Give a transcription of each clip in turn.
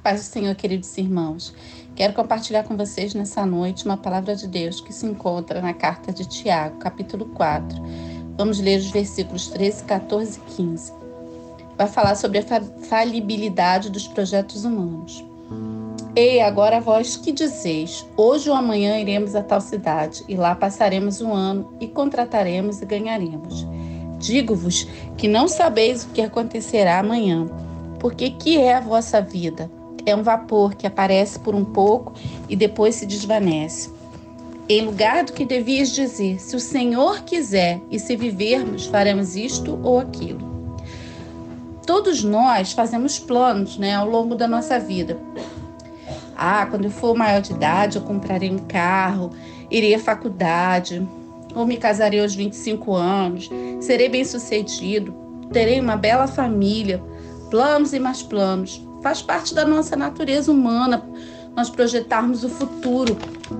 paz do Senhor, queridos irmãos. Quero compartilhar com vocês nessa noite uma palavra de Deus que se encontra na carta de Tiago, capítulo 4. Vamos ler os versículos 13, 14 e 15. Vai falar sobre a falibilidade dos projetos humanos. Ei, agora vós que dizeis, hoje ou amanhã iremos a tal cidade, e lá passaremos um ano, e contrataremos e ganharemos. Digo-vos que não sabeis o que acontecerá amanhã, porque que é a vossa vida? É um vapor que aparece por um pouco e depois se desvanece. Em lugar do que devias dizer, se o Senhor quiser e se vivermos, faremos isto ou aquilo. Todos nós fazemos planos, ao longo da nossa vida. Quando eu for maior de idade, eu comprarei um carro, irei à faculdade, ou me casarei aos 25 anos, serei bem-sucedido, terei uma bela família, planos e mais planos. Faz parte da nossa natureza humana nós projetarmos o futuro.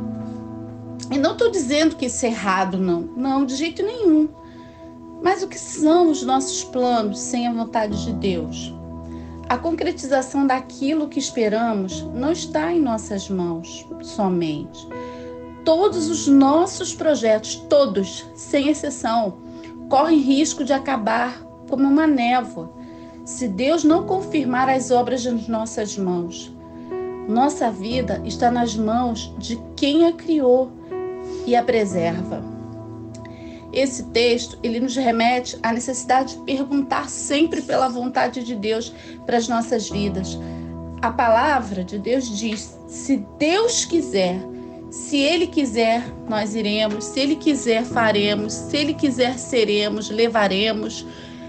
E não estou dizendo que isso é errado, não, de jeito nenhum. Mas o que são os nossos planos sem a vontade de Deus? A concretização daquilo que esperamos não está em nossas mãos somente. Todos os nossos projetos, todos, sem exceção, correm risco de acabar como uma névoa, se Deus não confirmar as obras nas nossas mãos. Nossa vida está nas mãos de quem a criou e a preserva. Esse texto, ele nos remete à necessidade de perguntar sempre pela vontade de Deus para as nossas vidas. A palavra de Deus diz, se Deus quiser, se Ele quiser, nós iremos, se Ele quiser, faremos, se Ele quiser, seremos, levaremos.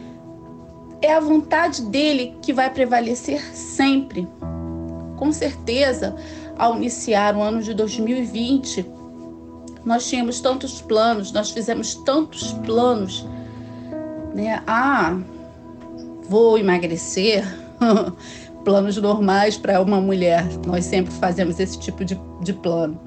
É a vontade dele que vai prevalecer sempre. Com certeza, ao iniciar o ano de 2020, nós tínhamos tantos planos, nós fizemos tantos planos, vou emagrecer, planos normais para uma mulher, nós sempre fazemos esse tipo de plano.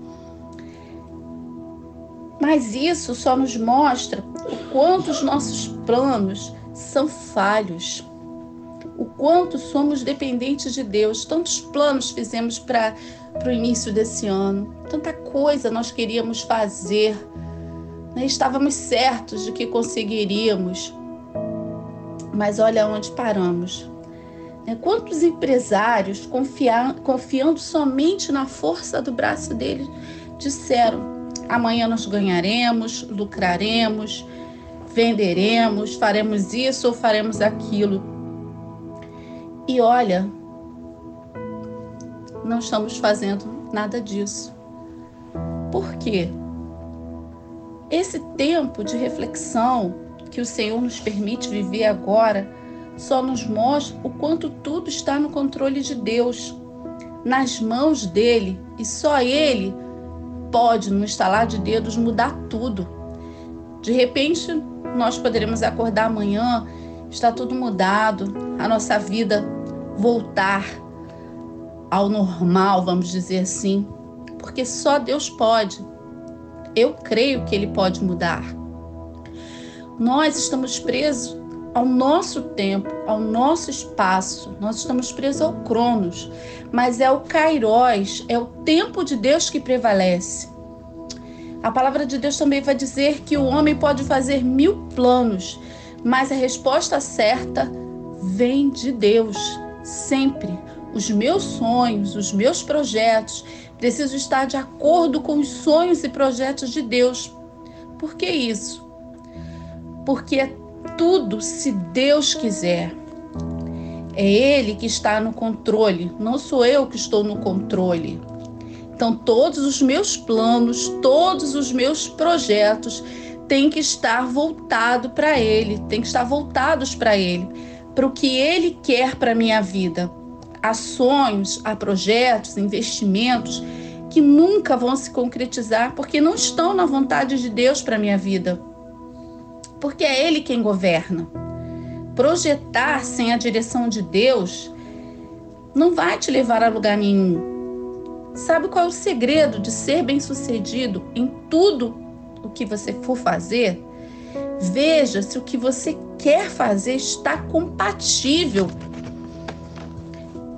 Mas isso só nos mostra o quanto os nossos planos são falhos, o quanto somos dependentes de Deus. Tantos planos fizemos para o início desse ano, tanta coisa nós queríamos fazer, estávamos certos de que conseguiríamos, mas olha onde paramos. Quantos empresários, confiando somente na força do braço deles, disseram, amanhã nós ganharemos, lucraremos, venderemos, faremos isso ou faremos aquilo. E olha, não estamos fazendo nada disso. Por quê? Esse tempo de reflexão que o Senhor nos permite viver agora só nos mostra o quanto tudo está no controle de Deus, nas mãos dele, e só ele pode, no estalar de dedos, mudar tudo. De repente, nós poderemos acordar amanhã, está tudo mudado, a nossa vida voltar ao normal, vamos dizer assim, porque só Deus pode. Eu creio que Ele pode mudar. Nós estamos presos ao nosso tempo, ao nosso espaço, nós estamos presos ao Cronos, mas é o Kairos, é o tempo de Deus que prevalece. A palavra de Deus também vai dizer que o homem pode fazer 1000 planos, mas a resposta certa vem de Deus, sempre. Os meus sonhos, os meus projetos precisam estar de acordo com os sonhos e projetos de Deus. Por que isso? Porque é tudo se Deus quiser. É Ele que está no controle, não sou eu que estou no controle. Então, todos os meus planos, todos os meus projetos têm que estar voltados para Ele, têm que estar voltados para Ele, para o que Ele quer para a minha vida. Há sonhos, há projetos, investimentos que nunca vão se concretizar porque não estão na vontade de Deus para a minha vida. Porque é Ele quem governa. Projetar sem a direção de Deus não vai te levar a lugar nenhum. Sabe qual é o segredo de ser bem-sucedido em tudo o que você for fazer? Veja se o que você quer fazer está compatível.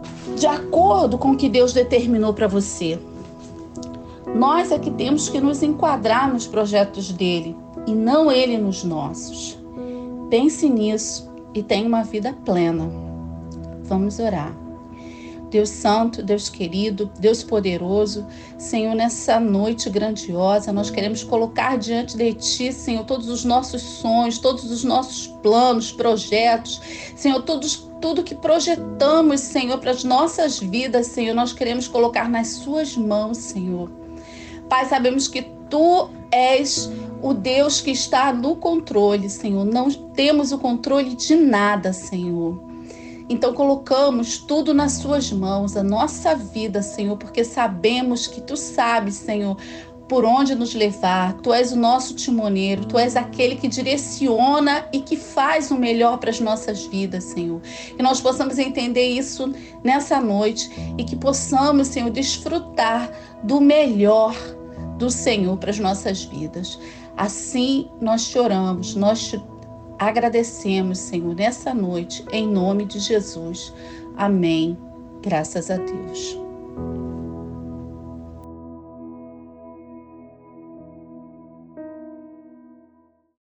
de acordo com o que Deus determinou para você. Nós é que temos que nos enquadrar nos projetos dele e não ele nos nossos. Pense nisso e tenha uma vida plena. Vamos orar. Deus santo, Deus querido, Deus poderoso, Senhor, nessa noite grandiosa, nós queremos colocar diante de Ti, Senhor, todos os nossos sonhos, todos os nossos planos, projetos, Senhor, tudo que projetamos, Senhor, para as nossas vidas, Senhor, nós queremos colocar nas Suas mãos, Senhor. Pai, sabemos que Tu és o Deus que está no controle, Senhor. Não temos o controle de nada, Senhor. Então colocamos tudo nas Suas mãos, a nossa vida, Senhor, porque sabemos que Tu sabes, Senhor, por onde nos levar. Tu és o nosso timoneiro, Tu és aquele que direciona e que faz o melhor para as nossas vidas, Senhor. Que nós possamos entender isso nessa noite e que possamos, Senhor, desfrutar do melhor do Senhor para as nossas vidas. Assim nós te oramos, nós te agradecemos, Senhor, nessa noite, em nome de Jesus. Amém. Graças a Deus.